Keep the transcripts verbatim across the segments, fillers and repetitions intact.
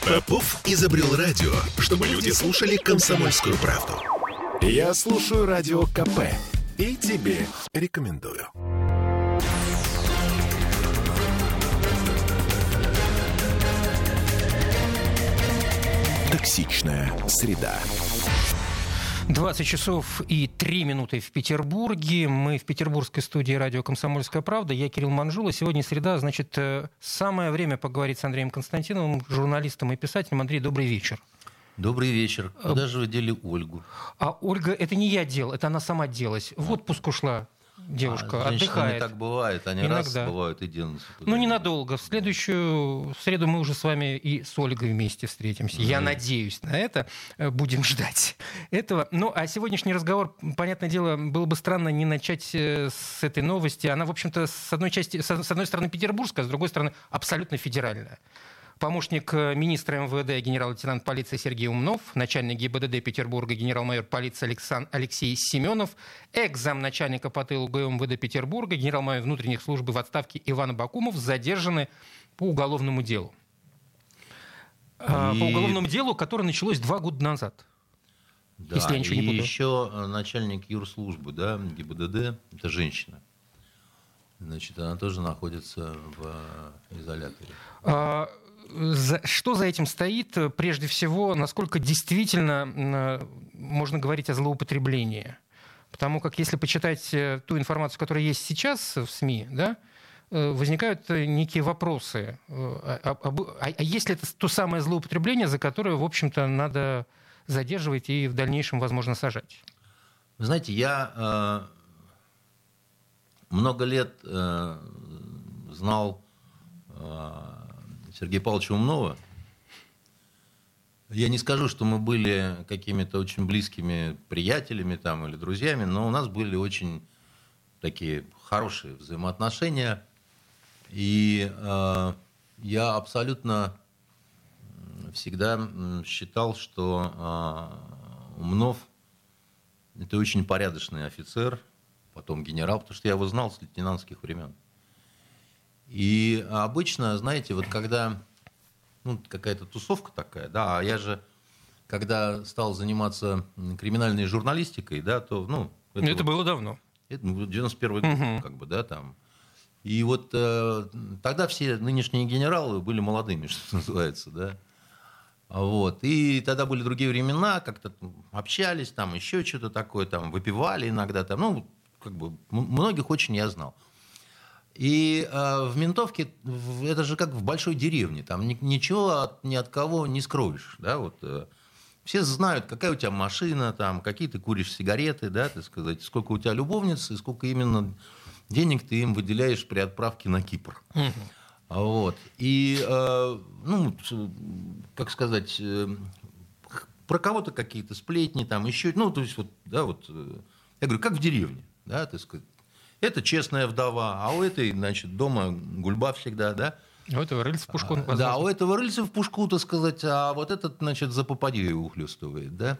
Попов изобрел радио, чтобы люди слушали «Комсомольскую правду». Я слушаю Радио КП и тебе рекомендую. Токсичная среда. двадцать часов и три минуты в Петербурге. Мы в петербургской студии радио «Комсомольская правда». Я Кирилл Манжула. Сегодня среда, значит, самое время поговорить с Андреем Константиновым, журналистом и писателем. Андрей, добрый вечер. Добрый вечер. Куда же вы дели Ольгу? А Ольга, это не я делал, это она сама делась. В отпуск ушла девушка, а, отдыхает. Так бывает, они Иногда. раз бывают и денутся. Ну, ненадолго. В следующую в среду мы уже с вами и с Ольгой вместе встретимся. Mm-hmm. Я надеюсь на это. Будем ждать этого. Ну, а сегодняшний разговор, понятное дело, было бы странно не начать с этой новости. Она, в общем-то, с одной части, с одной стороны петербургская, а с другой стороны абсолютно федеральная. Помощник министра МВД генерал-лейтенант полиции Сергей Умнов, начальник ГИБДД Петербурга генерал-майор полиции Александр Алексей Семенов, экс-замначальника по тылу ГУМВД Петербурга, генерал-майор внутренних служб в отставке Иван Абакумов задержаны по уголовному делу. И... По уголовному делу, которое началось два года назад. Да, если я ничего и не путаю. еще начальник юрслужбы, да, ГИБДД, это женщина. Значит, она тоже находится в изоляторе. А... Что за этим стоит? Прежде всего, насколько действительно можно говорить о злоупотреблении? Потому как если почитать ту информацию, которая есть сейчас в СМИ, да, возникают некие вопросы. А, а, а есть ли это то самое злоупотребление, за которое, в общем-то, надо задерживать и в дальнейшем, возможно, сажать? Вы знаете, я э, много лет э, знал э, Сергея Павловича Умнова. Я не скажу, что мы были какими-то очень близкими приятелями там, или друзьями, но у нас были очень такие хорошие взаимоотношения. И э, я абсолютно всегда считал, что э, Умнов – это очень порядочный офицер, потом генерал, потому что я его знал с лейтенантских времен. И обычно, знаете, вот когда ну, какая-то тусовка такая, да, а я же, когда стал заниматься криминальной журналистикой, да, то, ну... Это, это вот, было давно. Это девяносто первый год, угу. как бы, да, там. И вот э, тогда все нынешние генералы были молодыми, что называется, да. Вот. И тогда были другие времена, как-то общались, там, еще что-то такое, там, выпивали иногда, там, ну, как бы, многих очень я знал. И э, в ментовке это же как в большой деревне, там ни, ничего от, ни от кого не скроешь, да, вот э, все знают, какая у тебя машина, там, какие ты куришь сигареты, да, так сказать, сколько у тебя любовниц и сколько именно денег ты им выделяешь при отправке на Кипр. Uh-huh. Вот. И, э, ну, как сказать, э, про кого-то какие-то сплетни, там, еще, ну, то есть, вот, да, вот, э, я говорю, как в деревне, да, так сказать. Это честная вдова, а у этой, значит, дома гульба всегда, да? У этого рыльца в пушку. А, да, у этого рыльца в пушку, так сказать, а вот этот, значит, за попадью ухлёстывает, да?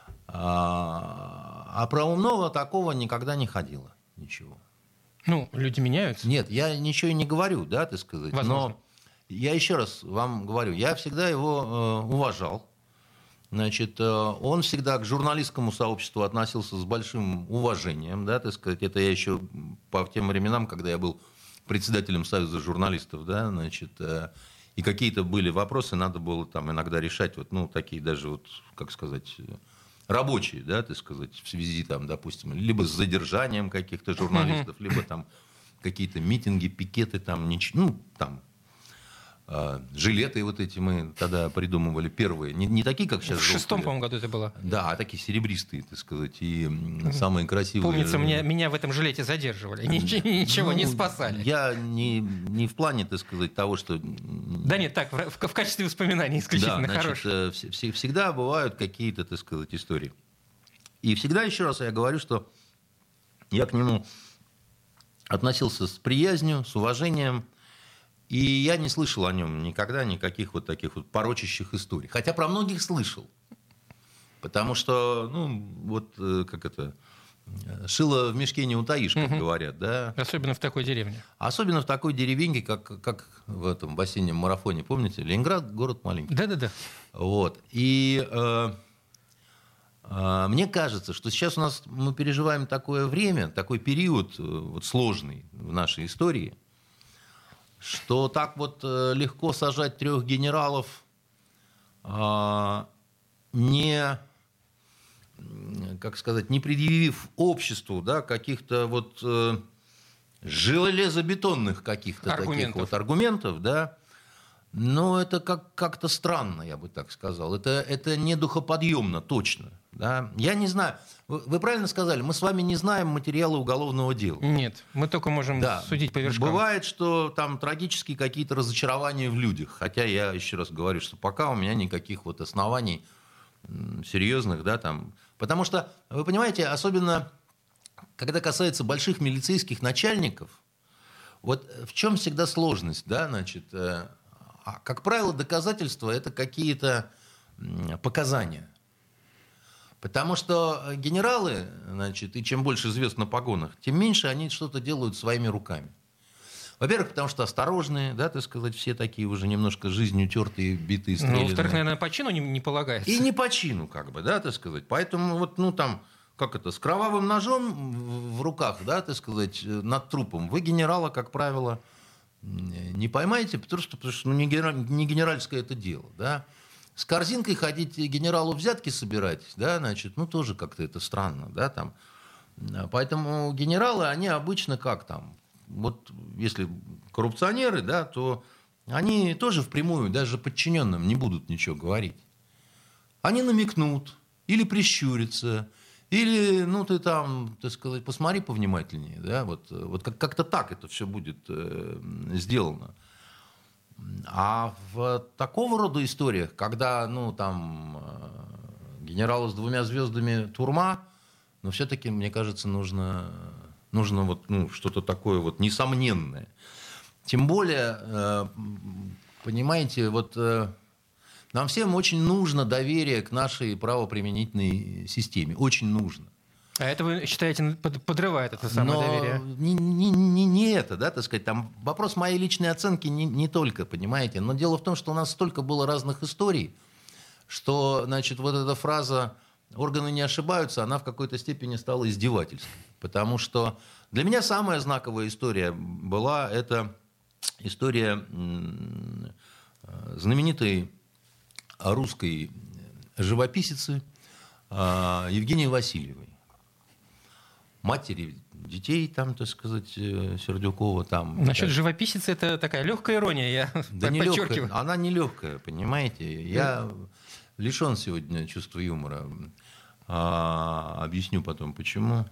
А, а про Умнова такого никогда не ходило, ничего. Ну, люди меняются. Нет, я ничего и не говорю, да, так сказать. Возможно. Но я еще раз вам говорю, я всегда его э, уважал. Значит, он всегда к журналистскому сообществу относился с большим уважением, да, так сказать. Это я еще по тем временам, когда я был председателем Союза журналистов, да, значит, и какие-то были вопросы, надо было там иногда решать, вот, ну, такие даже, вот, как сказать, рабочие, да, так сказать, в связи, там, допустим, либо с задержанием каких-то журналистов, либо там какие-то митинги, пикеты, там, ничего, ну, там, жилеты вот эти мы тогда придумывали первые. Не, не такие, как сейчас. В шестом, по-моему, году это было. Да, а такие серебристые, так сказать, и самые красивые. Помнится, меня, меня в этом жилете задерживали. Ничего, ничего ну, не спасали. Я не, не в плане, так сказать, того, что... Да нет, так, в, в качестве воспоминаний исключительно да, хорошие. Значит, всегда бывают какие-то, так сказать, истории. И всегда, еще раз я говорю, что я к нему относился с приязнью, с уважением. И я не слышал о нем никогда никаких вот таких вот порочащих историй. Хотя про многих слышал. Потому что, ну, вот как это... шило в мешке не утаишь, как угу. говорят, да. Особенно в такой деревне. Особенно в такой деревеньке, как, как в этом в осеннем марафоне, помните? Ленинград, город маленький. Да-да-да. Вот. И э, э, мне кажется, что сейчас у нас мы переживаем такое время, такой период вот, сложный в нашей истории, что так вот э, легко сажать трех генералов, э, не... как сказать, не предъявив обществу, да, каких-то вот э, железобетонных каких-то таких вот аргументов, да, но это как- как-то странно, я бы так сказал. Это, это не духоподъемно, точно. Да. Я не знаю, вы, вы правильно сказали, мы с вами не знаем материала уголовного дела. Нет, мы только можем да. судить по вершкам. Бывает, что там трагические какие-то разочарования в людях, хотя я еще раз говорю, что пока у меня никаких вот оснований серьезных, да, там. Потому что, вы понимаете, особенно, когда касается больших милицейских начальников, вот в чем всегда сложность, да, значит, э, как правило, доказательства – это какие-то показания. Потому что генералы, значит, и чем больше звезд на погонах, тем меньше они что-то делают своими руками. Во-первых, потому что осторожные, да, так сказать, все такие уже немножко жизнью тертые, битые, стреляные. Ну, во-вторых, наверное, по чину не, не полагается. И не по чину, как бы, да, так сказать. Поэтому вот, ну, там, как это, с кровавым ножом в руках, да, так сказать, над трупом, вы генерала, как правило, не поймаете, потому что, потому что ну, не, генераль, не генеральское это дело, да. С корзинкой ходить генералу взятки собирать, да, значит, ну, тоже как-то это странно, да, там. Поэтому генералы, они обычно как там, вот если коррупционеры, да, то они тоже впрямую, даже подчиненным, не будут ничего говорить. Они намекнут, или прищурятся, или, ну, ты там, так сказать, посмотри повнимательнее, да, вот, вот как- как-то так это все будет э, сделано. А в такого рода историях, когда, ну, там, э, генералу с двумя звездами турма, но все-таки, мне кажется, нужно... Нужно вот, ну, что-то такое вот несомненное. Тем более, понимаете, вот нам всем очень нужно доверие к нашей правоприменительной системе. Очень нужно. А это, вы считаете, подрывает это самое Но доверие? Не, не, не, не это, да, так сказать. Там вопрос моей личной оценки не, не только, понимаете. Но дело в том, что у нас столько было разных историй, что, значит, вот эта фраза «органы не ошибаются», она в какой-то степени стала издевательством. Потому что для меня самая знаковая история была это история знаменитой русской живописицы Евгении Васильевой. Матери детей, там, так сказать, Сердюкова. Там, Насчет да. живописицы это такая легкая ирония, я да подчеркиваю. Не легкая, она не легкая, понимаете. Я лишен сегодня чувства юмора. А, объясню потом, почему.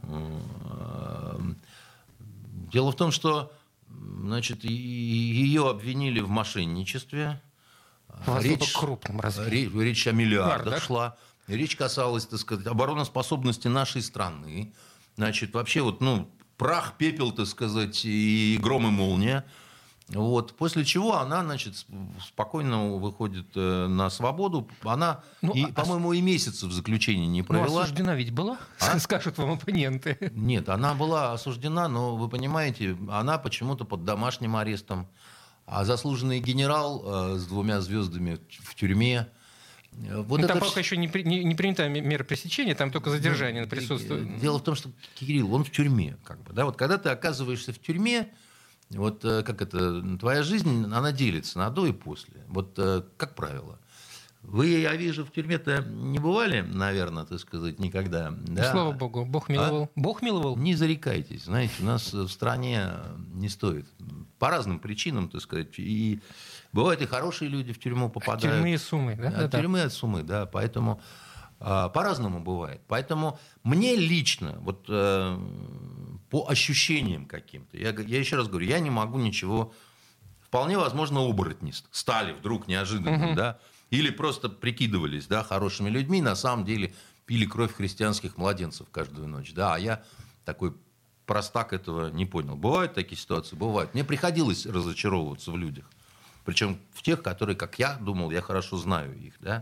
Дело в том, что, значит, ее обвинили в мошенничестве. Речь, крупном речь, речь о миллиардах Миллиардах. шла. Речь касалась, так сказать, обороноспособности нашей страны. Значит, вообще вот, ну, прах, пепел, так сказать, и гром и молния. Вот. После чего она, значит, спокойно выходит на свободу. Она, ну, и, а... по-моему, и месяца в заключении не провела. Ну, осуждена ведь была, а? Скажут вам оппоненты. Нет, она была осуждена, но, вы понимаете, она почему-то под домашним арестом. А заслуженный генерал э, с двумя звездами в тюрьме. Вот ну, там пока в... еще не, не, не принята мера пресечения, там только задержание ну, присутствует. Дело в том, что Кирилл, он в тюрьме. Как бы, да? Вот когда ты оказываешься в тюрьме, вот как это, твоя жизнь, она делится на до и после. Вот как правило. Вы, я вижу, в тюрьме-то не бывали, наверное, так сказать, никогда. Да? Слава Богу, Бог миловал. А? Бог миловал. Не зарекайтесь. Знаете, у нас в стране не стоит. По разным причинам, так сказать. И бывают и хорошие люди в тюрьму попадают. От тюрьмы и суммы, да? От да, тюрьмы да. от суммы, да. Поэтому а, по-разному бывает. Поэтому мне лично, вот а, по ощущениям каким-то, я, я еще раз говорю, я не могу ничего... Вполне возможно, оборотни стали вдруг неожиданно, угу. да, или просто прикидывались, да, хорошими людьми, на самом деле пили кровь христианских младенцев каждую ночь, да, а я такой простак этого не понял. Бывают такие ситуации? Бывают. Мне приходилось разочаровываться в людях, причем в тех, которые, как я думал, я хорошо знаю их, да.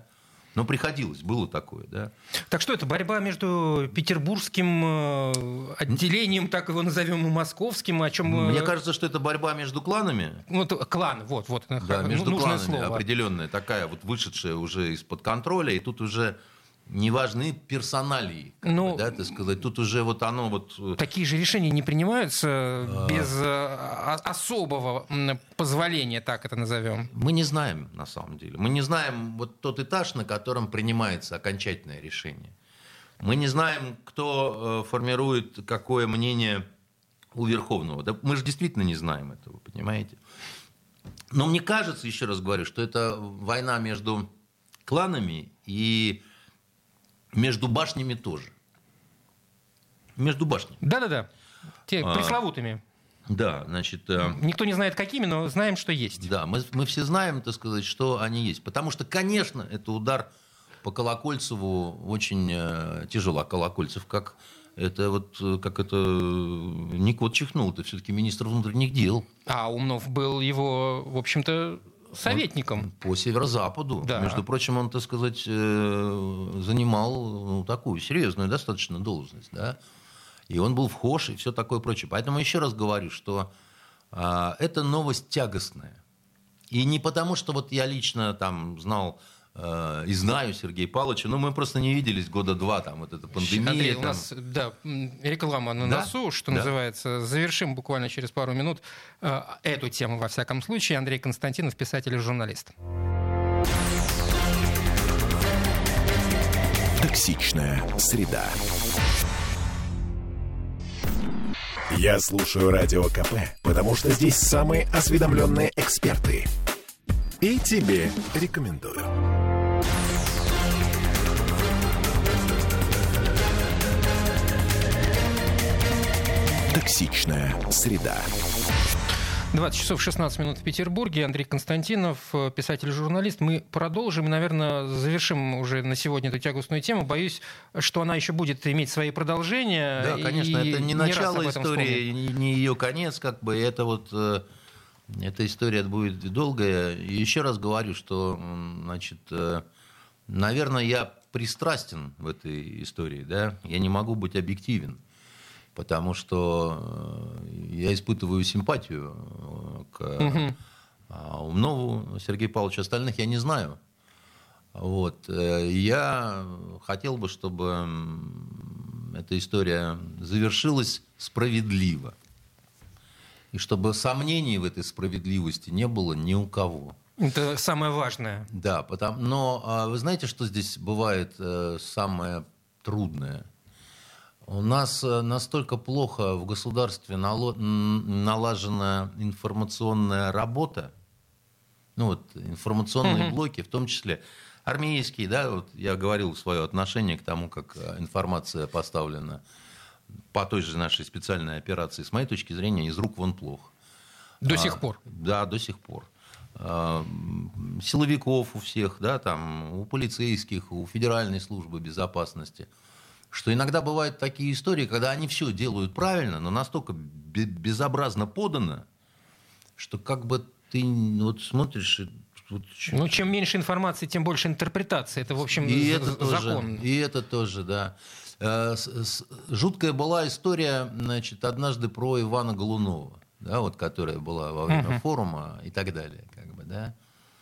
Но приходилось, было такое, да. Так что это борьба между петербургским отделением, так его назовем, и московским, о чем... Мне кажется, что это борьба между кланами. Ну, клан, вот, вот. Да, между нужное кланами слово. определенная, такая вот вышедшая уже из-под контроля, и тут уже не важны персоналии, ну, да, так сказать. Тут уже вот оно вот... Такие же решения не принимаются а... без особого позволения, так это назовем. Мы не знаем, на самом деле. Мы не знаем вот тот этаж, на котором принимается окончательное решение. Мы не знаем, кто формирует какое мнение у Верховного. Да мы же действительно не знаем этого, понимаете? Но мне кажется, еще раз говорю, что это война между кланами и между башнями тоже. Между башнями. Да-да-да. Те а, пресловутыми. Да, значит... Никто не знает, какими, но знаем, что есть. Да, мы, мы все знаем, так сказать, что они есть. Потому что, конечно, это удар по Колокольцеву очень э, тяжело. А Колокольцев как... Это вот как это не кот чихнул, это все-таки министр внутренних дел. А Умнов был его, в общем-то, советником. Он по северо-западу. Да. Между прочим, он, так сказать, занимал ну, такую серьезную достаточно должность. Да? И он был вхож и все такое прочее. Поэтому еще раз говорю, что а, это новость тягостная. И не потому, что вот я лично там знал... и знаю Сергея Павловича, но мы просто не виделись года два, там вот эта пандемия. Андрей, там... у нас да, реклама на да? носу, что да? называется. Завершим буквально через пару минут э, эту тему, во всяком случае. Андрей Константинов, писатель и журналист. Токсичная среда. Я слушаю Радио КП, потому что здесь самые осведомленные эксперты. И тебе рекомендую. Токсичная среда. двадцать часов шестнадцать минут в Петербурге. Андрей Константинов, писатель и журналист. Мы продолжим и, наверное, завершим уже на сегодня эту тягостную тему. Боюсь, что она еще будет иметь свои продолжения. Да, конечно, это не начало истории, не, не ее конец, как бы. Это вот эта история будет долгая. И еще раз говорю, что, значит, наверное, я пристрастен в этой истории, да. Я не могу быть объективен. Потому что я испытываю симпатию к угу. Умнову, Сергею Павловичу, остальных я не знаю. Вот. Я хотел бы, чтобы эта история завершилась справедливо. И чтобы сомнений в этой справедливости не было ни у кого. Это самое важное. Да, потому... но вы знаете, что здесь бывает самое трудное? У нас настолько плохо в государстве налажена информационная работа, ну вот информационные mm-hmm. блоки, в том числе армейские, да, вот я говорил свое отношение к тому, как информация поставлена по той же нашей специальной операции, с моей точки зрения, из рук вон плохо. До а, сих пор? Да, до сих пор. А, силовиков у всех, да, там, у полицейских, у Федеральной службы безопасности. Что иногда бывают такие истории, когда они все делают правильно, но настолько безобразно подано, что как бы ты вот смотришь... Вот... Ну, чем меньше информации, тем больше интерпретации. Это, в общем, и з- это закон. Тоже, и это тоже, да. Жуткая была история, значит, однажды про Ивана Голунова, да, вот, которая была во время uh-huh. форума и так далее. Как бы, да.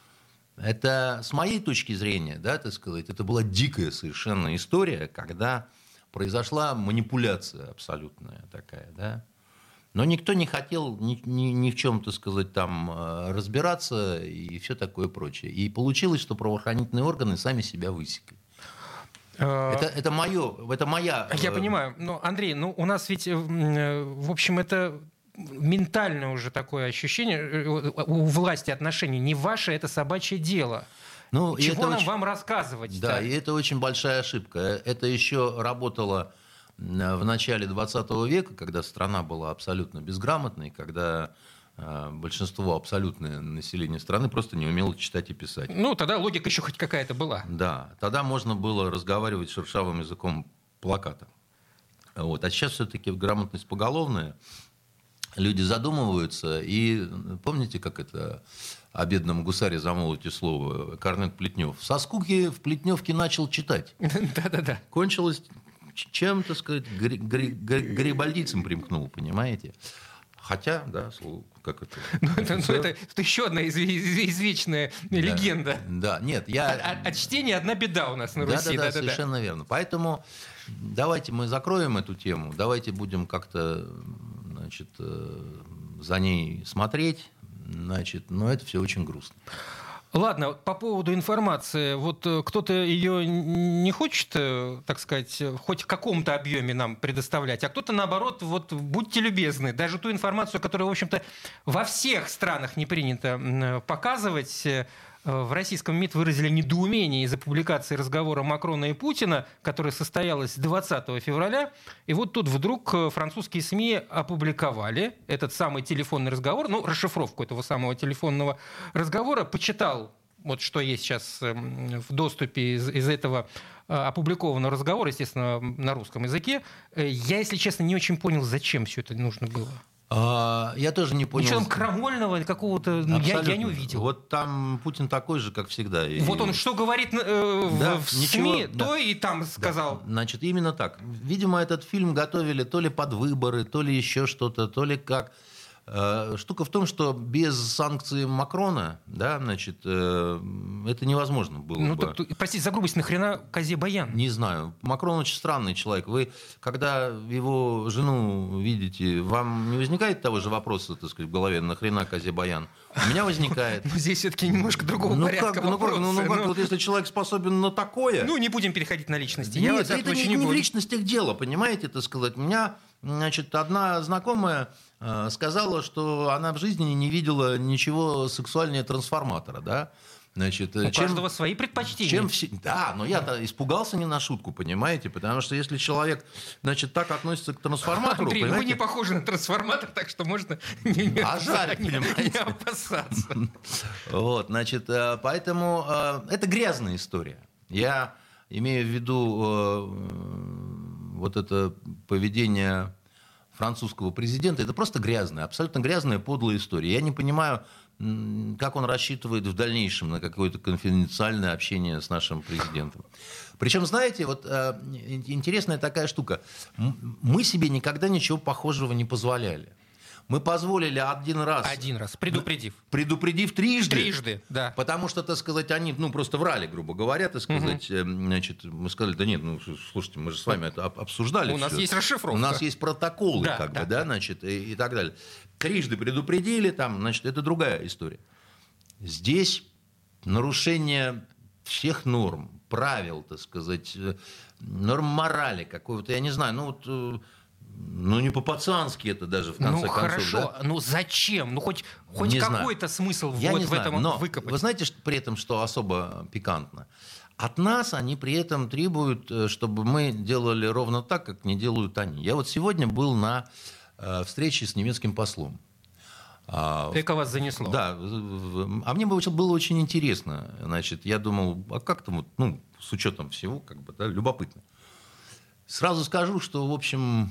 Это, с моей точки зрения, да, так сказать, это была дикая совершенно история, когда произошла манипуляция абсолютная такая, да. Но никто не хотел ни, ни, ни в чем, так сказать, там разбираться и все такое прочее. И получилось, что правоохранительные органы сами себя высекли. Это, это, моё, это моя... Я понимаю. Но, Андрей, ну, у нас ведь, в общем, это... ментальное уже такое ощущение у власти отношений. Не ваше, это собачье дело. Ну, чего нам очень... вам рассказывать? Да, и это очень большая ошибка. Это еще работало в начале двадцатого века, когда страна была абсолютно безграмотной, когда большинство абсолютное населения страны просто не умело читать и писать. Ну, тогда логика еще хоть какая-то была. Да, тогда можно было разговаривать шершавым языком плаката. Вот. А сейчас все-таки грамотность поголовная. Люди задумываются, и помните, как это о бедном гусаре замолвите слово, Корнет Плетнев. Со скуки в Плетневке начал читать. Да-да-да. Кончилось чем, так сказать, гарибальдийцем примкнул, понимаете? Хотя, да, слово, как это? Ну, это, ну, это, это еще одна из, из, извечная да, легенда. Да, нет, я... От, от чтения одна беда у нас на Руси. Да-да-да, совершенно верно. Поэтому давайте мы закроем эту тему, давайте будем как-то, значит, за ней смотреть, значит, но это все очень грустно. Ладно, по поводу информации. Вот кто-то ее не хочет, так сказать, хоть в каком-то объеме нам предоставлять, а кто-то, наоборот, вот будьте любезны, даже ту информацию, которую, в общем-то, во всех странах не принято показывать. В российском МИД выразили недоумение из-за публикации разговора Макрона и Путина, которая состоялась двадцатого февраля. И вот тут вдруг французские СМИ опубликовали этот самый телефонный разговор, ну, расшифровку этого самого телефонного разговора. Почитал, вот что есть сейчас в доступе из, из этого опубликованного разговора, естественно, на русском языке. Я, если честно, не очень понял, зачем все это нужно было. Я тоже не понял. Ничего там крамольного какого-то я, я не увидел. Вот там Путин такой же, как всегда. Вот он что говорит э, да, в ничего, СМИ, да. то и там сказал. Да. Значит, именно так. Видимо, этот фильм готовили то ли под выборы, то ли еще что-то, то ли как. Штука в том, что без санкций Макрона, да, значит, это невозможно было ну, бы. Так, простите за грубость, нахрена Козе Баян? Не знаю. Макрон очень странный человек. Вы, когда его жену видите, вам не возникает того же вопроса, так сказать, в голове, нахрена Козе Баян? У меня возникает. Ну, здесь все-таки немножко другого ну, порядка как, ну, как, ну, ну, как, вот если человек способен на такое... Ну, не будем переходить на личности. Нет, Я это не, не в личностях дело, понимаете, так сказать. У меня, значит, одна знакомая э, сказала, что она в жизни не видела ничего сексуальнее трансформатора, да. Значит, у чем, каждого свои предпочтения. Чем все... Да, но я-то испугался не на шутку, понимаете? Потому что если человек, значит, так относится к трансформатору... Андрей, понимаете... вы не похожи на трансформатор, так что можно не, а жаль, не, понимаете? не опасаться. Вот, значит, поэтому это грязная история. Я имею в виду вот это поведение французского президента. Это просто грязная, абсолютно грязная, подлая история. Я не понимаю, как он рассчитывает в дальнейшем на какое-то конфиденциальное общение с нашим президентом. Причем, знаете, вот э, интересная такая штука. Мы себе никогда ничего похожего не позволяли. Мы позволили один раз... Один раз, предупредив. Предупредив трижды. Трижды, да. Потому что, так сказать, они ну, просто врали, грубо говоря, так сказать. Угу. Значит, мы сказали, да нет, ну, слушайте, мы же с вами это обсуждали. У все. нас есть расшифровка. У нас есть протоколы, да, как да, бы, да, да, значит, и, и так далее. Трижды предупредили, там, значит, это другая история. Здесь нарушение всех норм, правил, так сказать, норм морали какой-то, я не знаю, ну вот... Ну, не по-пацански это даже, в конце ну, концов. Ну, хорошо. Да? Ну, зачем? Ну, хоть, хоть какой-то смысл Я вот не в знаю. этом Но выкопать. Вы знаете, что, при этом, что особо пикантно? От нас они при этом требуют, чтобы мы делали ровно так, как не делают они. Я вот сегодня был на э, встрече с немецким послом. Как вас занесло? Да. А мне было очень интересно. Значит, я думал, а как там, ну, с учетом всего, как бы, да, любопытно. Сразу скажу, что, в общем...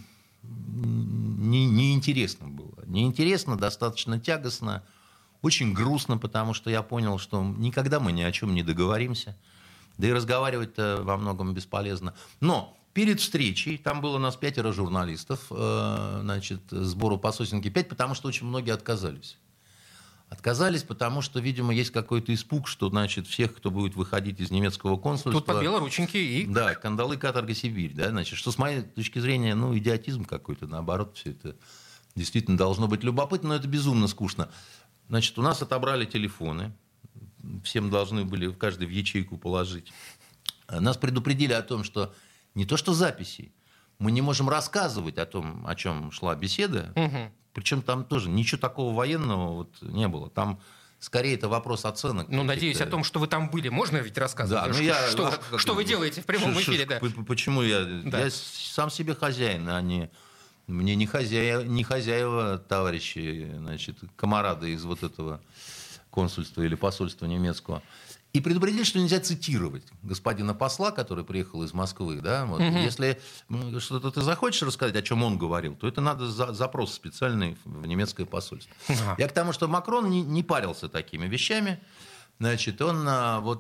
Не, неинтересно было. Неинтересно, достаточно тягостно, очень грустно, потому что я понял, что никогда мы ни о чем не договоримся, да и разговаривать-то во многом бесполезно. Но перед встречей, там было у нас пятеро журналистов, э, значит, сбору по сосенке пять, потому что очень многие отказались. Отказались, потому что, видимо, есть какой-то испуг, что, значит, всех, кто будет выходить из немецкого консульства... Тут по белорученьке и... Да, кандалы, каторга, Сибирь. Да, значит, что, с моей точки зрения, ну, идиотизм какой-то, наоборот, все это действительно должно быть любопытно, но это безумно скучно. Значит, у нас отобрали телефоны. Всем должны были в каждый в ячейку положить. Нас предупредили о том, что не то что записи, мы не можем рассказывать о том, о чем шла беседа. Угу. Причем там тоже ничего такого военного вот не было. Там скорее это вопрос оценок. Ну, надеюсь, о том, что вы там были, можно ведь рассказывать? Да, ну что, я, что, а, что вы делаете в прямом ш, эфире? Ш, да. Почему я? Да. Я сам себе хозяин, а не... Мне не хозяева, не хозяева товарищи, значит, комарады из вот этого консульства или посольства немецкого. И предупредили, что нельзя цитировать господина посла, который приехал из Москвы. Да? Вот. Угу. Если что-то ты захочешь рассказать, о чем он говорил, то это надо за, запрос специальный в немецкое посольство. Угу. Я к тому, что Макрон не, не парился такими вещами. Значит, он вот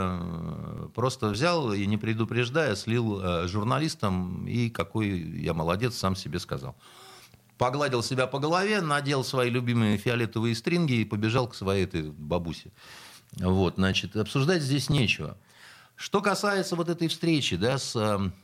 э, просто взял и, не предупреждая, слил э, журналистам, и какой я молодец, сам себе сказал. Погладил себя по голове, надел свои любимые фиолетовые стринги и побежал к своей этой бабусе. Вот, значит, обсуждать здесь нечего. Что касается вот этой встречи, да, с...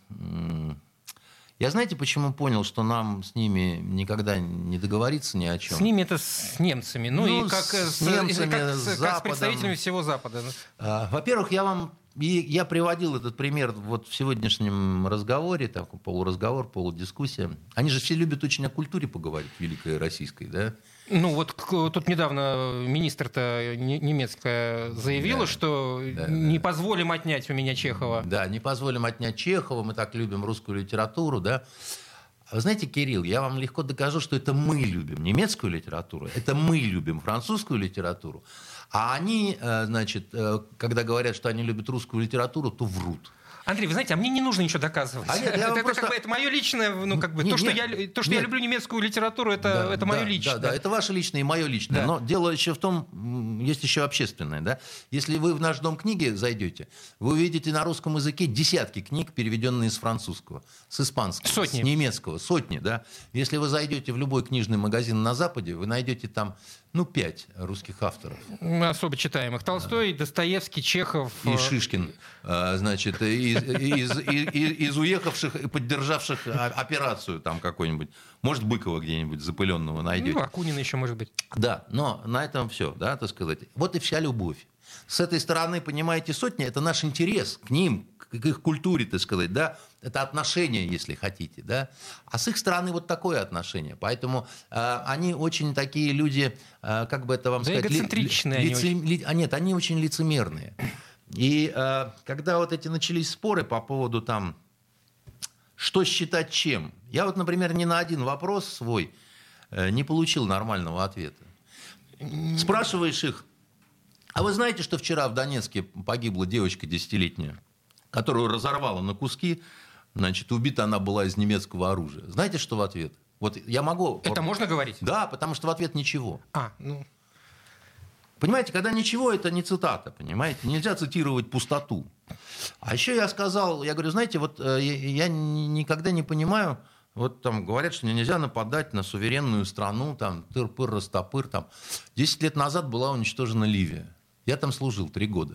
Э, я знаете, почему понял, что нам с ними никогда не договориться ни о чем? С ними это с немцами, ну, ну и как с, с немцами, как с, как с представителями всего Запада. А, во-первых, я вам... И я приводил этот пример вот в сегодняшнем разговоре, так, полуразговор, полудискуссия. Они же все любят очень о культуре поговорить, великой российской, да? Ну вот тут недавно министр-то немецкая заявила, да, что да, не да. позволим отнять у меня Чехова. Да, не позволим отнять Чехова, мы так любим русскую литературу, да. Вы знаете, Кирилл, я вам легко докажу, что это мы любим немецкую литературу, это мы любим французскую литературу, а они, значит, когда говорят, что они любят русскую литературу, то врут. Андрей, вы знаете, а мне не нужно ничего доказывать. А нет, это, просто... как бы, это мое личное, ну, как бы, нет, то, что, нет, я, то, что я люблю немецкую литературу, это, да, это мое да, личное. Да, да, это ваше личное и мое личное. Да. Но дело еще в том, есть еще общественное. Да? Если вы в наш дом книги зайдете, вы увидите на русском языке десятки книг, переведенные с французского, с испанского, сотни. С немецкого, сотни. Да? Если вы зайдете в любой книжный магазин на Западе, вы найдете там, ну, пять русских авторов. Особо читаемых. Толстой, да. Достоевский, Чехов. И Шишкин, значит, из, из, из, из уехавших и поддержавших операцию там какой-нибудь. Может, Быкова где-нибудь запыленного найдете. Ну, Акунина еще, может быть. Да, но на этом все, да, так сказать. Вот и вся любовь. С этой стороны, понимаете, сотни – это наш интерес к ним, к их культуре, так сказать, да, это отношение, если хотите, да, а с их стороны вот такое отношение, поэтому э, они очень такие люди, э, как бы это вам да, сказать, эгоцентричные ли, они лице, очень. Ли, а нет, они очень лицемерные, и э, когда вот эти начались споры по поводу там, что считать чем, я вот, например, ни на один вопрос свой э, не получил нормального ответа. Спрашиваешь их: а вы знаете, что вчера в Донецке погибла девочка десятилетняя, которую разорвало на куски, значит, убита она была из немецкого оружия? Знаете, что в ответ? Вот я могу... Это можно говорить? Да, потому что в ответ ничего. А, ну... Понимаете, когда ничего, это не цитата, понимаете? Нельзя цитировать пустоту. А еще я сказал, я говорю, знаете, вот я, я никогда не понимаю... Вот там говорят, что нельзя нападать на суверенную страну, там, тыр-пыр, растопыр, там. Десять лет назад была уничтожена Ливия. Я там служил три года.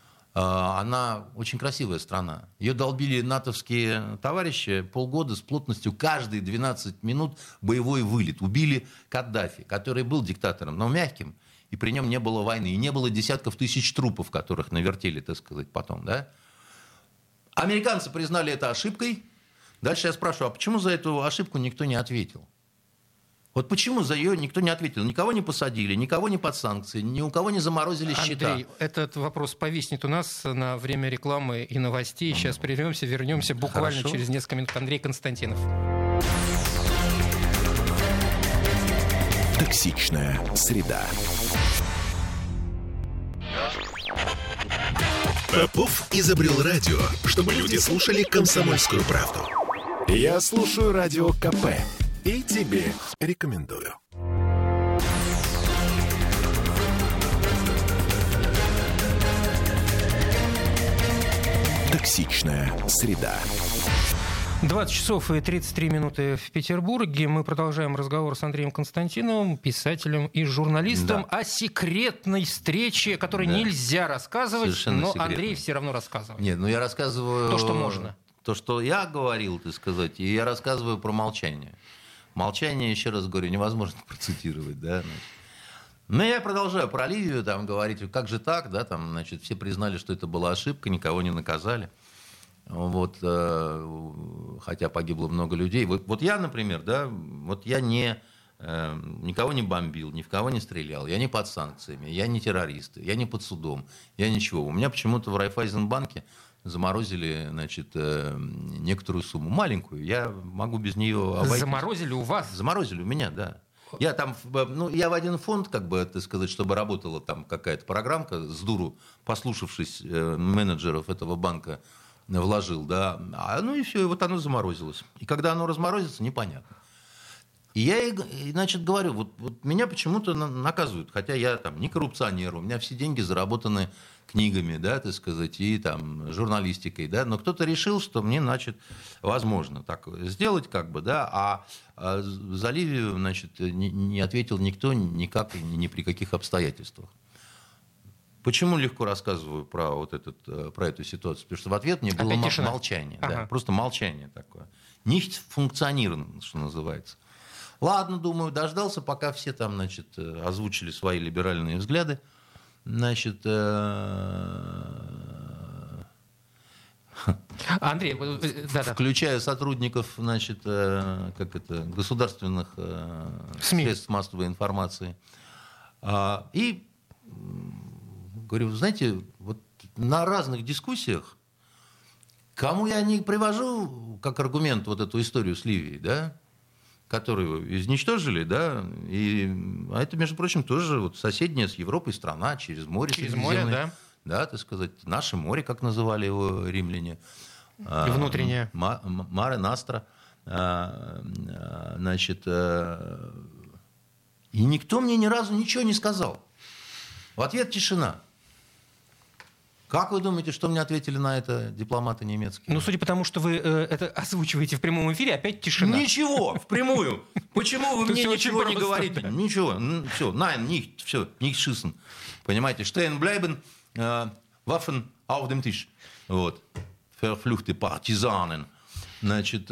Она очень красивая страна. Ее долбили натовские товарищи полгода с плотностью каждые двенадцать минут боевой вылет. Убили Каддафи, который был диктатором, но мягким, и при нем не было войны, и не было десятков тысяч трупов, которых навертели, так сказать, потом. Да? Американцы признали это ошибкой. Дальше я спрашиваю, а почему за эту ошибку никто не ответил? Вот почему за ее никто не ответил? Никого не посадили, никого не под санкции, ни у кого не заморозили счета. Андрей, этот вопрос повиснет у нас на время рекламы и новостей. Сейчас прервемся, вернемся буквально Хорошо. через несколько минут. Андрей Константинов. Токсичная среда. Попов изобрел радио, чтобы люди слушали «Комсомольскую правду». Я слушаю радио КП и тебе рекомендую. Токсичная среда. двадцать часов и тридцать три минуты в Петербурге. Мы продолжаем разговор с Андреем Константиновым, писателем и журналистом, да. о секретной встрече, о которой да. нельзя рассказывать, Совершенно но секретно. Андрей все равно рассказывает. Нет, ну я рассказываю... То, что можно. То, что я говорил, так сказать, и я рассказываю про молчание. Молчание, еще раз говорю, невозможно процитировать, да. Но я продолжаю про Ливию там говорить, как же так, да, там, значит, все признали, что это была ошибка, никого не наказали. Вот, э, хотя погибло много людей. Вот, вот я, например, да, вот я не, э, никого не бомбил, ни в кого не стрелял, я не под санкциями, я не террорист, я не под судом, я ничего. У меня почему-то в Райффайзенбанке заморозили, значит, э, некоторую сумму, маленькую, я могу без нее обойтись. Заморозили у вас? Заморозили у меня, да. Я там, ну, я в один фонд, как бы, так сказать, чтобы работала там какая-то программка, с дуру, послушавшись э, менеджеров этого банка, вложил, да, а, ну и все, и вот оно заморозилось. И когда оно разморозится, непонятно. И я, и, значит, говорю, вот, вот меня почему-то наказывают, хотя я там не коррупционер, у меня все деньги заработаны книгами, да, так сказать, и там журналистикой, да, но кто-то решил, что мне, значит, возможно так сделать, как бы, да, а, а за Ливию, значит, не, не ответил никто никак, ни при каких обстоятельствах. Почему легко рассказываю про вот этот, про эту ситуацию? Потому что в ответ мне было м- молчание, ага. да, просто молчание такое. Nicht funktionieren, что называется. Ладно, думаю, дождался, пока все там, значит, озвучили свои либеральные взгляды. Значит, Андрей, да, включая сотрудников, значит, как это, государственных СМИ, средств массовой информации. И говорю, знаете, вот на разных дискуссиях, кому я не привожу как аргумент вот эту историю с Ливией, да, которую изничтожили, да, и, а это, между прочим, тоже вот соседняя с Европой страна, через море. Через море, да. Да, так сказать, наше море, как называли его римляне. И внутреннее. Маре Ностра. Значит, и никто мне ни разу ничего не сказал. В ответ тишина. Как вы думаете, что мне ответили на это дипломаты немецкие? Ну, судя по тому, что вы э, это озвучиваете в прямом эфире, опять тишина. Ничего, впрямую. Почему вы мне ничего не говорите? Ничего, все, nein, nicht, все, nicht schießen. Понимаете, stehen bleiben, Waffen auf dem Tisch. Вот. Verfluchte Partisanen. Значит,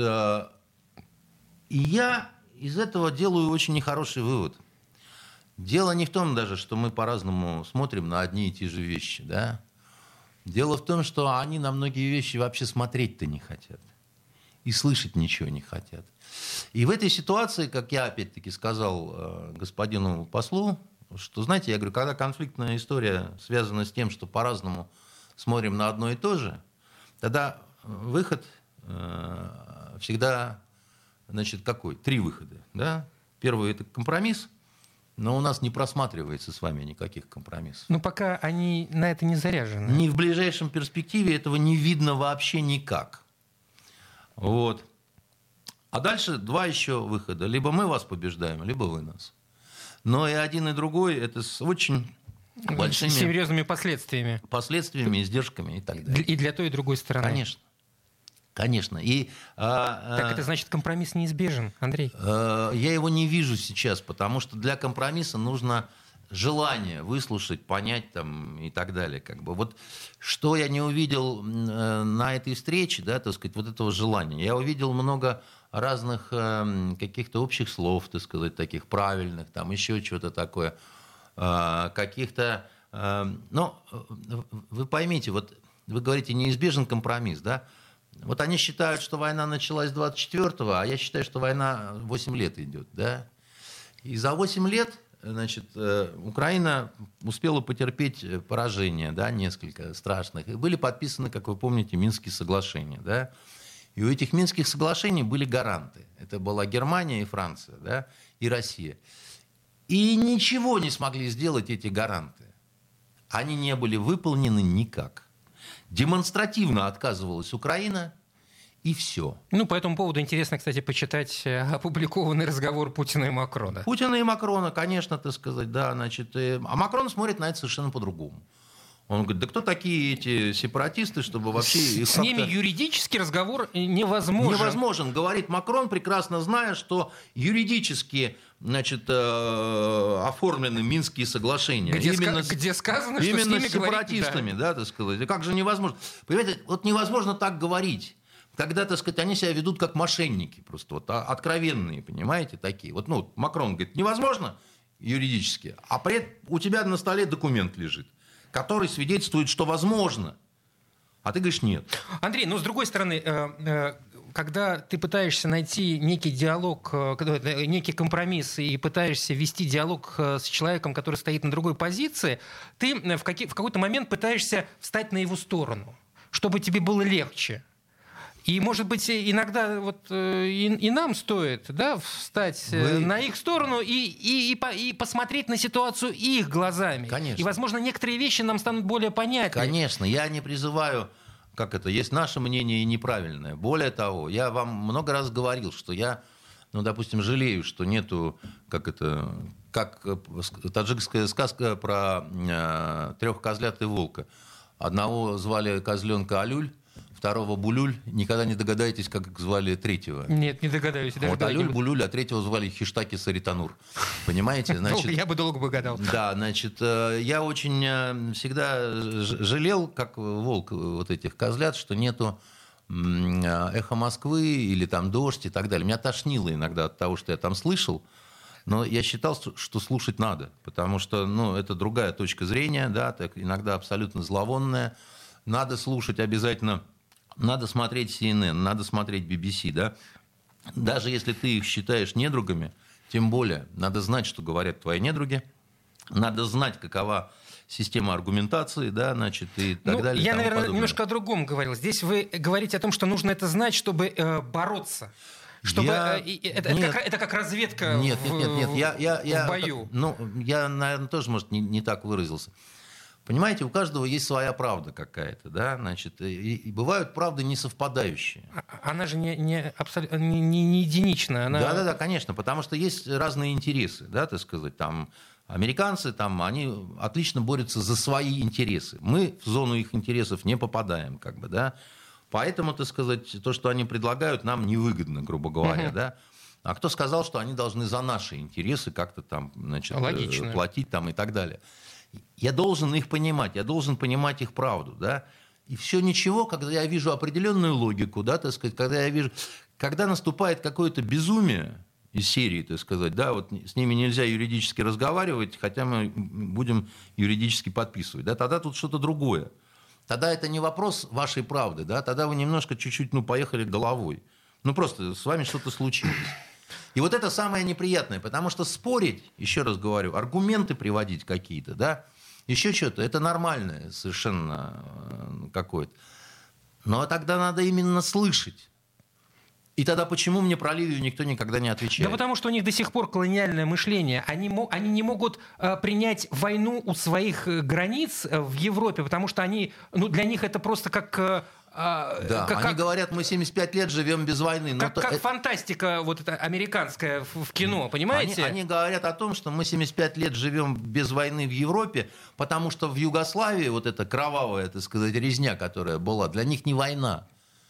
и я из этого делаю очень нехороший вывод. Дело не в том даже, что мы по-разному смотрим на одни и те же вещи, да? Дело в том, что они на многие вещи вообще смотреть-то не хотят. И слышать ничего не хотят. И в этой ситуации, как я опять-таки сказал господину послу, что, знаете, я говорю, когда конфликтная история связана с тем, что по-разному смотрим на одно и то же, тогда выход всегда, значит, какой? Три выхода. Да? Первый – это компромисс. Но у нас не просматривается с вами никаких компромиссов. Ну, пока они на это не заряжены. Ни в ближайшем перспективе этого не видно вообще никак. Вот. А дальше два еще выхода. Либо мы вас побеждаем, либо вы нас. Но и один, и другой – это с очень большими... С серьезными последствиями. Последствиями, издержками и так далее. И для той, и другой стороны. Конечно. Конечно. И, а, так это значит, компромисс неизбежен, Андрей? А, я его не вижу сейчас, потому что для компромисса нужно желание выслушать, понять там, и так далее. Как бы. Вот что я не увидел на этой встрече, да, так сказать, вот этого желания. Я увидел много разных э, каких-то общих слов, так сказать, таких правильных, там еще что-то такое, э, каких-то... Э, ну, вы поймите, вот вы говорите, неизбежен компромисс, да? Вот они считают, что война началась двадцать четвёртого, а я считаю, что война восемь лет идет, да? И за восемь лет, значит, Украина успела потерпеть поражение, да, несколько страшных. И были подписаны, как вы помните, Минские соглашения, да? И у этих Минских соглашений были гаранты. Это была Германия и Франция, да, и Россия. И ничего не смогли сделать эти гаранты. Они не были выполнены никак. Демонстративно отказывалась Украина, и все. Ну, по этому поводу интересно, кстати, почитать опубликованный разговор Путина и Макрона. Путина и Макрона, конечно, так сказать, да, значит. А Макрон смотрит на это совершенно по-другому. Он говорит, да кто такие эти сепаратисты, чтобы вообще... Их с ними юридический разговор невозможен. Невозможен, говорит Макрон, прекрасно зная, что юридически, значит, э, оформлены Минские соглашения. Где, именно ска- где сказано, именно что с ними с сепаратистами, говорить, да. да, так сказать. И как же невозможно? Понимаете, вот невозможно так говорить. Когда, так сказать, они себя ведут как мошенники, просто вот откровенные, понимаете, такие. Вот, ну, Макрон говорит, невозможно юридически, а при этом у тебя на столе документ лежит, который свидетельствует, что возможно. А ты говоришь, нет. Андрей, но с другой стороны, когда ты пытаешься найти некий диалог, некий компромисс и пытаешься вести диалог с человеком, который стоит на другой позиции, ты в, какой- в какой-то момент пытаешься встать на его сторону, чтобы тебе было легче. И, может быть, иногда вот и, и нам стоит, да, встать Вы... на их сторону и, и, и, и посмотреть на ситуацию их глазами. Конечно. И, возможно, некоторые вещи нам станут более понятны. Конечно. Я не призываю, как это, есть наше мнение и неправильное. Более того, я вам много раз говорил, что я, ну, допустим, жалею, что нету, как это, как таджикская сказка про э, трех козлят и волка. Одного звали козленка Алюль, второго Булюль. Никогда не догадаетесь, как их звали третьего. Нет, не догадаюсь. Вот Алюль, Булюль, а третьего звали Хиштаки Саританур. Понимаете? Значит, я бы долго бы гадал. Да, значит, я очень всегда жалел, как волк вот этих козлят, что нету «Эхо Москвы» или там «Дождь» и так далее. Меня тошнило иногда от того, что я там слышал. Но я считал, что слушать надо, потому что, ну, это другая точка зрения, да, так, иногда абсолютно зловонная. Надо слушать обязательно. Надо смотреть си эн эн, надо смотреть би би си, да. Даже если ты их считаешь недругами, тем более надо знать, что говорят твои недруги, надо знать, какова система аргументации, да, значит, и так ну, далее. Я, наверное, подобное. немножко о другом говорил. Здесь вы говорите о том, что нужно это знать, чтобы э, бороться. Чтобы, я... э, это, это, как, это как разведка нет, в, нет, нет, нет. Я, я, я, в бою. Ну, я, наверное, тоже, может, не, не так выразился. Понимаете, у каждого есть своя правда какая-то, да, значит, и, и бывают правды несовпадающие. Она же не, не, абсолютно, не, не единичная. Она... Да, да, да, конечно, потому что есть разные интересы, да, так сказать, там американцы, там, они отлично борются за свои интересы. Мы в зону их интересов не попадаем, как бы, да, поэтому, так сказать, то, что они предлагают, нам невыгодно, грубо говоря, uh-huh. да. А кто сказал, что они должны за наши интересы как-то там, значит, Логично. платить там и так далее? Я должен их понимать, я должен понимать их правду, да. И все ничего, когда я вижу определенную логику, да, так сказать, когда я вижу, когда наступает какое-то безумие из серии, так сказать, да, вот с ними нельзя юридически разговаривать, хотя мы будем юридически подписывать, да, тогда тут что-то другое. Тогда это не вопрос вашей правды, да, тогда вы немножко чуть-чуть, ну, поехали головой. Ну, просто с вами что-то случилось. И вот это самое неприятное, потому что спорить, еще раз говорю, аргументы приводить какие-то, да, еще что-то, это нормальное совершенно какое-то. Но тогда надо именно слышать. И тогда почему мне про Ливию никто никогда не отвечает? Да потому что у них до сих пор колониальное мышление. Они, они не могут э, принять войну у своих границ в Европе, потому что они, ну, для них это просто как... Э, Да, как, они как, говорят, мы семьдесят пять лет живем без войны. Как, но как то, фантастика вот эта американская в, в кино, понимаете? Они, они говорят о том, что мы семьдесят пять лет живем без войны в Европе, потому что в Югославии вот эта кровавая, так сказать, резня, которая была, для них не война.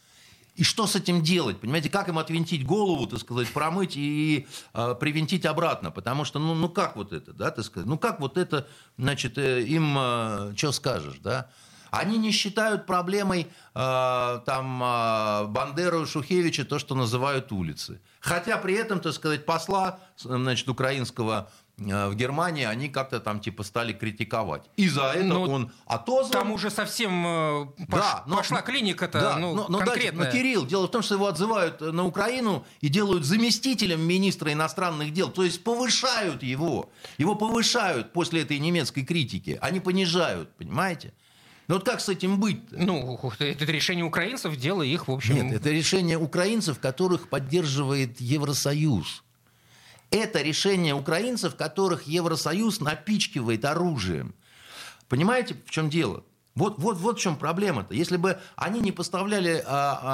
И что с этим делать? Понимаете, как им отвинтить голову, так сказать, промыть и э, привинтить обратно? Потому что, ну, ну как вот это, да, так сказать, ну как вот это, значит, э, им, э, что скажешь, да? Они не считают проблемой э, там, э, Бандеру и Шухевича то, что называют улицы. Хотя при этом, так сказать, посла, значит, украинского э, в Германии они как-то там типа стали критиковать. И за это но он отозван. Там уже совсем э, пош... да, но, пошла клиника-то да, ну, но, но конкретная. Но, Кирилл, дело в том, что его отзывают на Украину и делают заместителем министра иностранных дел. То есть повышают его. Его повышают после этой немецкой критики. Они понижают, понимаете? Ну вот как с этим быть-то? Ну, это решение украинцев, дело их, в общем... Нет, это решение украинцев, которых поддерживает Евросоюз. Это решение украинцев, которых Евросоюз напичкивает оружием. Понимаете, в чем дело? Вот, вот, вот в чем проблема-то. Если бы они не поставляли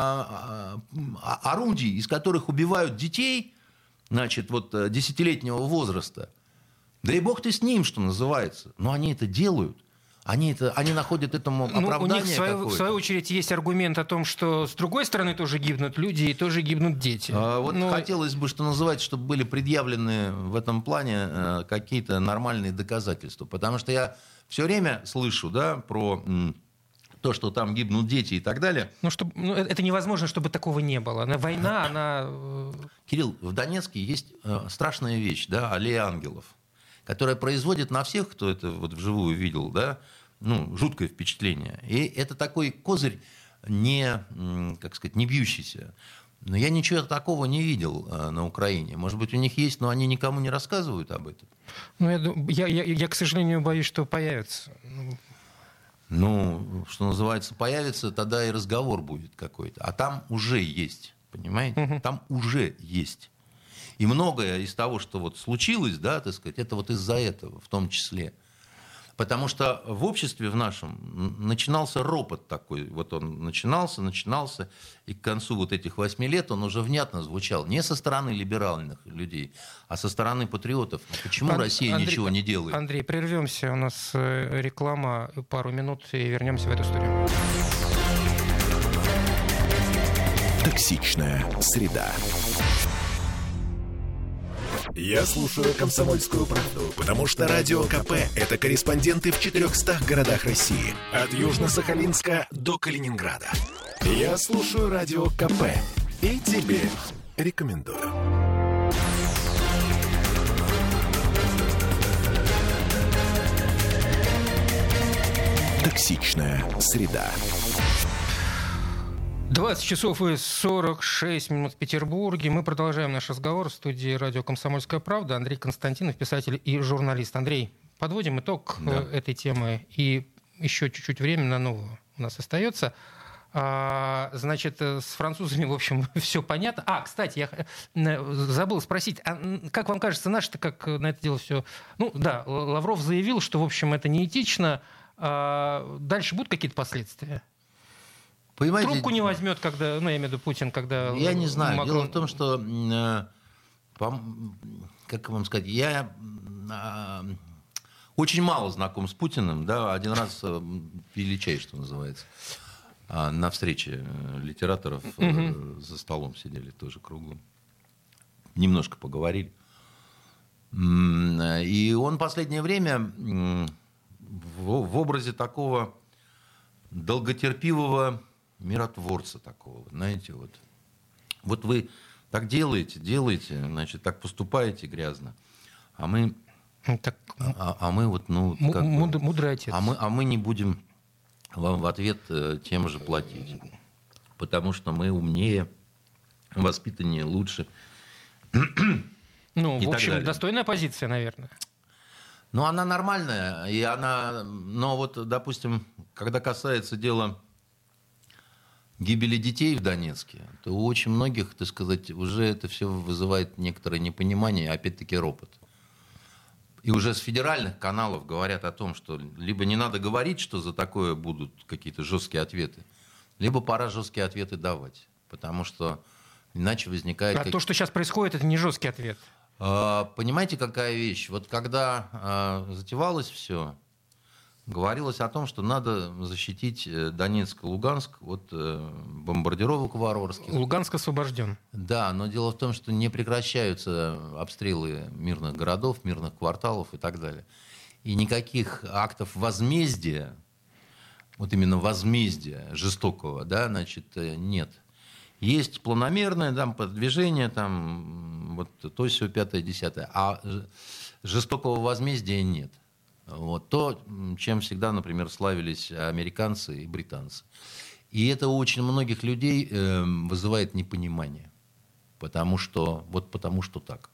а, а, а, орудий, из которых убивают детей, значит, вот десятилетнего возраста, да и бог ты с ним, что называется. Но они это делают. Они, это, они находят этому оправдание. Ну, у них, в свою, в свою очередь, есть аргумент о том, что с другой стороны тоже гибнут люди и тоже гибнут дети. А, вот ну... хотелось бы, что называется, чтобы были предъявлены в этом плане э, какие-то нормальные доказательства. Потому что я все время слышу, да, про м, то, что там гибнут дети и так далее. Ну, чтобы, ну, это невозможно, чтобы такого не было. Война, она... Кирилл, в Донецке есть э, страшная вещь, да, аллея ангелов, которая производит на всех, кто это вот вживую видел, да, ну, жуткое впечатление. И это такой козырь, не, как сказать, не бьющийся. Но я ничего такого не видел на Украине. Может быть, у них есть, но они никому не рассказывают об этом. Ну, я, я, я, я, к сожалению, боюсь, что появится. ну, что называется, появится, тогда и разговор будет какой-то. А там уже есть, понимаете? Угу. Там уже есть. И многое из того, что вот случилось, да, так сказать, это вот из-за этого в том числе. Потому что в обществе в нашем начинался ропот такой. Вот он начинался, начинался, и к концу вот этих восьми лет он уже внятно звучал. Не со стороны либеральных людей, а со стороны патриотов. Почему Ан- Россия Андрей, ничего не делает? Андрей, прервемся. У нас реклама, пару минут, и вернемся в эту студию. Токсичная среда. Я слушаю «Комсомольскую правду», потому что Радио КП – это корреспонденты в четырехстах городах России. От Южно-Сахалинска до Калининграда. Я слушаю Радио КП и тебе рекомендую. Токсичная среда. двадцать часов и сорок шесть минут в Петербурге. Мы продолжаем наш разговор в студии радио «Комсомольская правда». Андрей Константинов, писатель и журналист. Андрей, подводим итог да. этой темы. И еще чуть-чуть времени на новую у нас остается. А, значит, с французами, в общем, все понятно. А, кстати, я забыл спросить, а как вам кажется, наши-то как на это дело все... Ну, да, Лавров заявил, что, в общем, это неэтично. А дальше будут какие-то последствия? Понимаете, трубку не возьмет, когда, ну, я имею в виду Путин, когда... Я не знаю. Макрон... Дело в том, что, как вам сказать, я очень мало знаком с Путиным. Да, один раз пили чай, что называется, на встрече литераторов угу. за столом сидели тоже круглым. Немножко поговорили. И он в последнее время в образе такого долготерпивого миротворца такого, знаете, вот. Вот вы так делаете, делаете, значит, так поступаете грязно, а мы, так, а, а мы вот, ну, как муд, бы, мудрый отец. А мы, а мы не будем вам в ответ тем же платить, потому что мы умнее, воспитаннее, лучше. Ну, в общем, достойная позиция, наверное. Ну, она нормальная, и она, но вот, допустим, когда касается дела гибели детей в Донецке, то у очень многих, так сказать, уже это все вызывает некоторое непонимание, опять-таки ропот. И уже с федеральных каналов говорят о том, что либо не надо говорить, что за такое будут какие-то жесткие ответы, либо пора жесткие ответы давать, потому что иначе возникает... А как... то, что сейчас происходит, это не жесткий ответ. Понимаете, какая вещь? Вот когда затевалось все, говорилось о том, что надо защитить Донецк и Луганск от бомбардировок варварских. Луганск освобожден. Да, но дело в том, что не прекращаются обстрелы мирных городов, мирных кварталов и так далее. И никаких актов возмездия, вот именно возмездия жестокого, да, значит, нет. Есть планомерное там, продвижение, там, вот то, сё, пятое, десятое, а жестокого возмездия нет. Вот то, чем всегда, например, славились американцы и британцы. И это у очень многих людей э, вызывает непонимание, потому что, вот потому что так.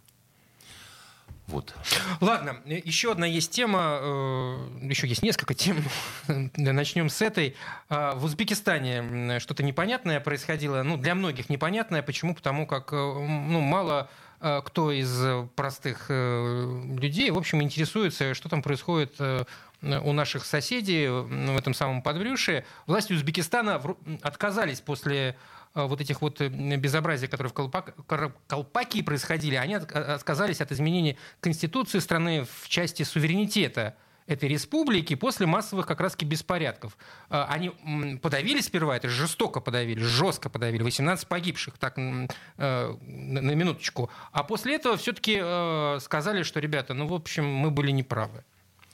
Вот. Ладно, еще одна есть тема, еще есть несколько тем, начнем с этой. В Узбекистане что-то непонятное происходило, ну, для многих непонятное. Почему? Потому как, ну, мало кто из простых людей, в общем, интересуется, что там происходит у наших соседей в этом самом Подбрюшье. Власти Узбекистана отказались после вот этих вот безобразий, которые в Колпак... Колпакии происходили, они отказались от изменения Конституции страны в части суверенитета этой республики после массовых как раз-таки беспорядков. Они подавили сперва, это жестоко подавили, жестко подавили, восемнадцать погибших, так, на минуточку. А после этого все-таки сказали, что, ребята, ну, в общем, мы были неправы.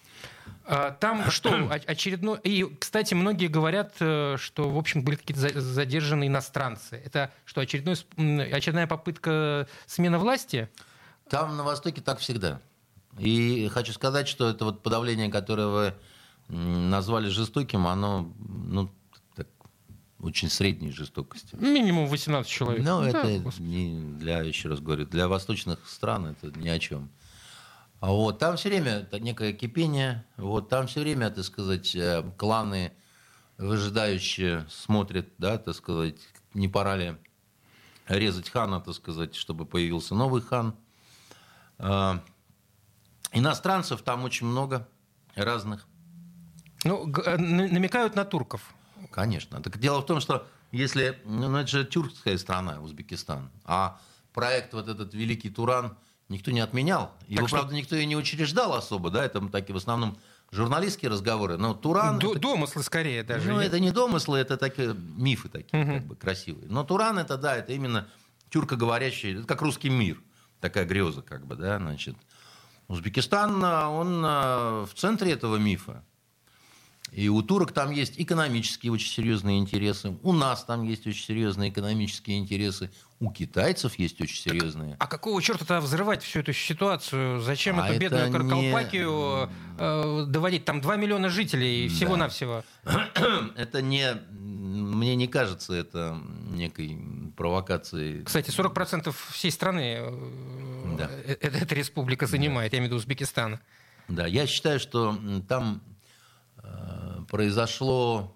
Там что, очередной... И, кстати, многие говорят, что, в общем, были какие-то задержанные иностранцы. Это что, очередной... очередная попытка смены власти? Там на Востоке так всегда. И хочу сказать, что это вот подавление, которое вы назвали жестоким, оно, ну, так, очень средней жестокости. Минимум восемнадцать человек. Ну, да, это не для, еще раз говорю, для восточных стран это ни о чем. А вот, там все время это некое кипение, вот, там все время, так сказать, кланы выжидающие смотрят, да, так сказать, не пора ли резать хана, так сказать, чтобы появился новый хан. А, иностранцев там очень много разных. Ну, намекают на турков. Конечно. Так дело в том, что если, ну, это же тюркская страна, Узбекистан, а проект вот этот Великий Туран никто не отменял. Его, что... правда, никто и не учреждал особо, да, это такие в основном журналистские разговоры, но Туран... Д- это... Домыслы скорее даже. Ну, это не домыслы, это такие мифы такие, угу. как бы, красивые. Но Туран это, да, это именно тюркоговорящий, это как русский мир, такая греза, как бы, да, значит. Узбекистан, он в центре этого мифа. И у турок там есть экономические очень серьезные интересы. У нас там есть очень серьезные экономические интересы. У китайцев есть очень серьезные. А какого черта тогда взрывать всю эту ситуацию? Зачем а эту бедную это Каракалпакию не... э, доводить? Там два миллиона жителей да. всего-навсего. Это не... Мне не кажется это некой провокацией. Кстати, сорок процентов всей страны да. эта республика занимает, да. я имею в виду Узбекистана. Да, я считаю, что там... произошло,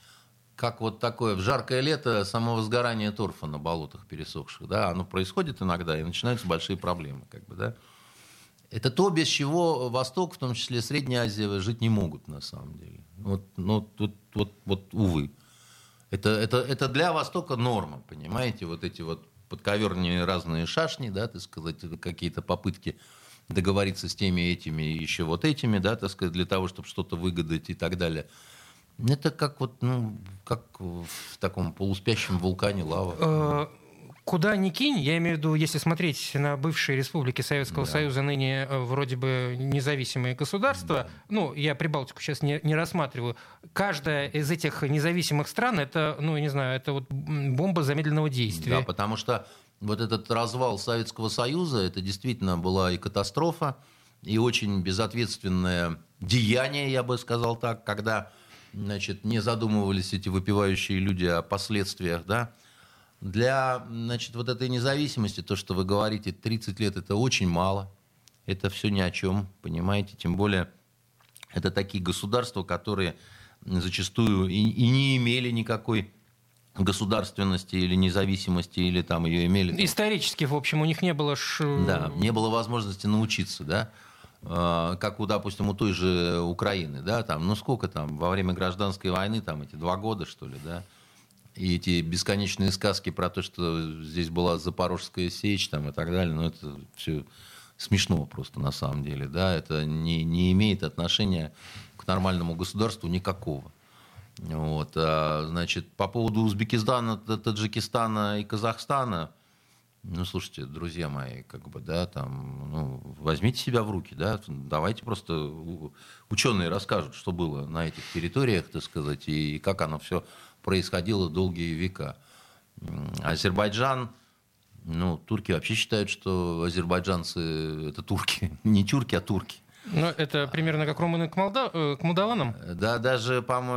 как вот такое, в жаркое лето самовозгорание торфа на болотах пересохших. Да? Оно происходит иногда, и начинаются большие проблемы. Как бы, да? Это то, без чего Восток, в том числе Средняя Азия, жить не могут, на самом деле. Вот, ну, вот, вот, вот увы. Это, это, это для Востока норма, понимаете? Вот эти вот подковерные разные шашни, да, так сказать, какие-то попытки договориться с теми, этими и еще вот этими, да, так сказать, для того, чтобы что-то выгадать и так далее. Это как вот, ну, как в таком полуспящем вулкане лава. Куда ни кинь, я имею в виду, если смотреть на бывшие республики Советского да. Союза, ныне вроде бы независимые государства, да. ну, я Прибалтику сейчас не, не рассматриваю, каждая из этих независимых стран, это, ну, не знаю, это вот бомба замедленного действия. Да, потому что вот этот развал Советского Союза, это действительно была и катастрофа, и очень безответственное деяние, я бы сказал так, когда, значит, не задумывались эти выпивающие люди о последствиях, да. Для, значит, вот этой независимости, то, что вы говорите, тридцать лет, это очень мало, это все ни о чем, понимаете, тем более это такие государства, которые зачастую и, и не имели никакой государственности или независимости, или там ее имели. Там... Исторически, в общем, у них не было... Ш... Да, не было возможности научиться, да, а, как, у, допустим, у той же Украины, да, там, ну сколько там, во время гражданской войны, там, эти два года, что ли, да, и эти бесконечные сказки про то, что здесь была Запорожская сечь, там, и так далее, ну это все смешно просто на самом деле, да, это не, не имеет отношения к нормальному государству никакого. Вот, а, значит, по поводу Узбекистана, Таджикистана и Казахстана, ну, слушайте, друзья мои, как бы, да, там, ну, возьмите себя в руки, да, давайте просто ученые расскажут, что было на этих территориях, так сказать, и как оно все происходило долгие века. Азербайджан, ну, турки вообще считают, что азербайджанцы это турки, не тюрки, а турки. Ну, это примерно как румыны к, Молдав... к молдаванам? Да, даже,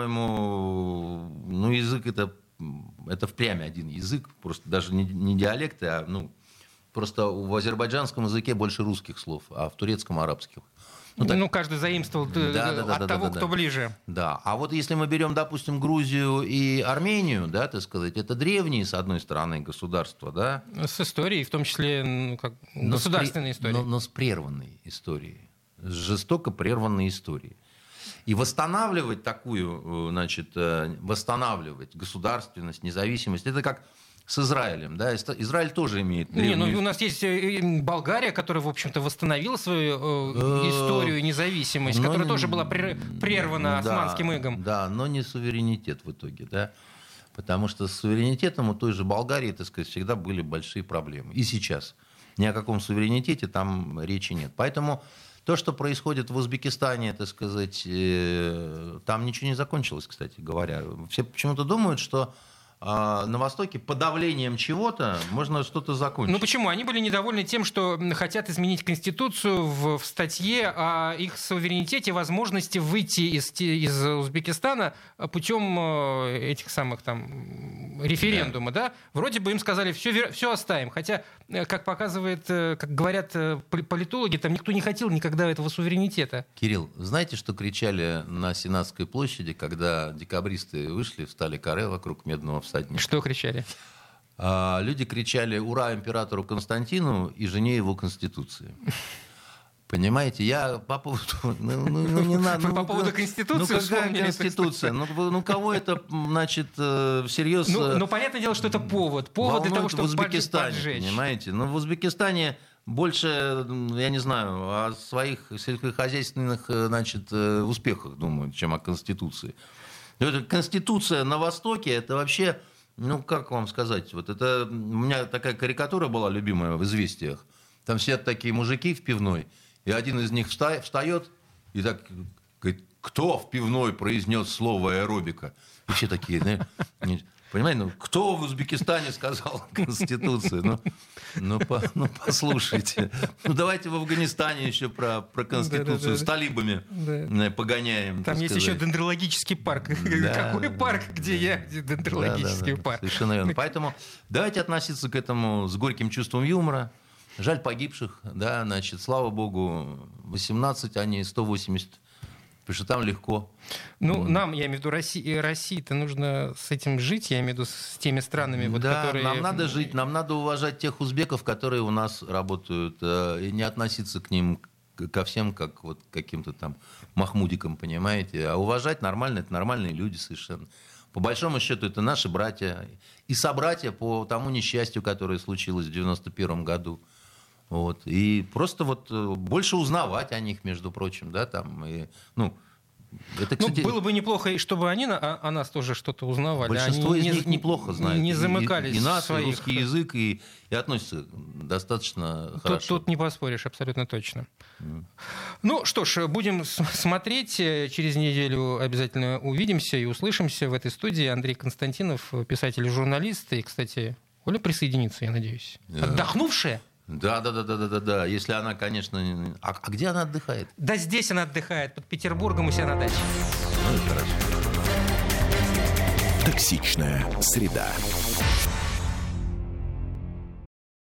по-моему, ну, язык это, это впрямь один язык, просто даже не, не диалекты, а, ну, просто в азербайджанском языке больше русских слов, а в турецком арабских. Ну, так... ну каждый заимствовал да, да, да, от да, того, да, да, кто да. ближе. Да, а вот если мы берем, допустим, Грузию и Армению, да, так сказать, это древние, с одной стороны, государства, да. С историей, в том числе, ну, как государственной историей. Но, но с прерванной историей. С жестоко прерванной историей. И восстанавливать такую, значит, восстанавливать государственность, независимость, это как с Израилем, да, Израиль тоже имеет... Не, ну у нас есть Болгария, которая, в общем-то, восстановила свою историю и независимость, но которая не... тоже была прервана да, османским игом. Да, но не суверенитет в итоге, да, потому что с суверенитетом у той же Болгарии, так сказать, всегда были большие проблемы. И сейчас ни о каком суверенитете там речи нет. Поэтому то, что происходит в Узбекистане, так сказать, там ничего не закончилось, кстати говоря. Все почему-то думают, что на Востоке подавлением чего-то можно что-то закончить. Ну почему? Они были недовольны тем, что хотят изменить Конституцию в, в статье о их суверенитете, возможности выйти из, из Узбекистана путем этих самых там референдума, да. да, вроде бы им сказали, все, все оставим. Хотя, как показывает, как говорят политологи, там никто не хотел никогда этого суверенитета. Кирилл, знаете, что кричали на Сенатской площади, когда декабристы вышли, встали каре вокруг Медного всадника? Что кричали? А, люди кричали «Ура императору Константину и жене его Конституции». Понимаете, я по поводу... Ну, ну, ну, не надо, Вы ну, по поводу Конституции Ну, какая Конституция? Ну, ну, кого это, значит, всерьез... Ну, ну, понятное дело, что это повод. Повод для того, чтобы в Узбекистане, поджечь. Понимаете? Ну, в Узбекистане больше, я не знаю, о своих сельскохозяйственных, значит, успехах думают, чем о Конституции. Конституция на Востоке, это вообще, ну, как вам сказать, вот это... У меня такая карикатура была любимая в «Известиях». Там сидят такие мужики в пивной, и один из них встает и так говорит: кто в пивной произнес слово аэробика? И все такие, да? Понимаете, ну кто в Узбекистане сказал Конституцию? Ну, ну, по, ну послушайте. Ну давайте в Афганистане еще про, про Конституцию да, да, да. с талибами да. погоняем. Там есть сказать. Еще дендрологический парк. Да, Какой да, парк, да, где да, я, где дендрологический да, да, парк? Совершенно верно. Поэтому давайте относиться к этому с горьким чувством юмора. Жаль погибших, да, значит, слава богу, восемнадцать, а не сто восемьдесят, потому что там легко. Ну, mm. нам, я имею в виду, России, России-то нужно с этим жить, я имею в виду с теми странами, вот, да, которые... нам надо жить, нам надо уважать тех узбеков, которые у нас работают, и не относиться к ним ко всем, как вот каким-то там махмудикам, понимаете, а уважать нормально, это нормальные люди совершенно. По большому счету, это наши братья и собратья по тому несчастью, которое случилось в девяносто первом году. Вот. И просто вот больше узнавать о них, между прочим, да, там, и, ну, это, кстати... ну, было бы неплохо, чтобы они о, о нас тоже что-то узнавали. Большинство они из не, них неплохо знают. Не замыкались и, и, и нас, в своих... и русский язык, и, и относятся достаточно тут, хорошо. Тут не поспоришь, абсолютно точно. Mm. Ну что ж, будем смотреть. Через неделю обязательно увидимся и услышимся в этой студии. Андрей Константинов, писатель и журналист. И, кстати, Оля присоединится, я надеюсь. Yeah. Отдохнувшая? Да, да, да, да, да, да, да. Если она, конечно. А, а где она отдыхает? Да здесь она отдыхает, под Петербургом у себя на даче. Ну и хорошо. Токсичная среда.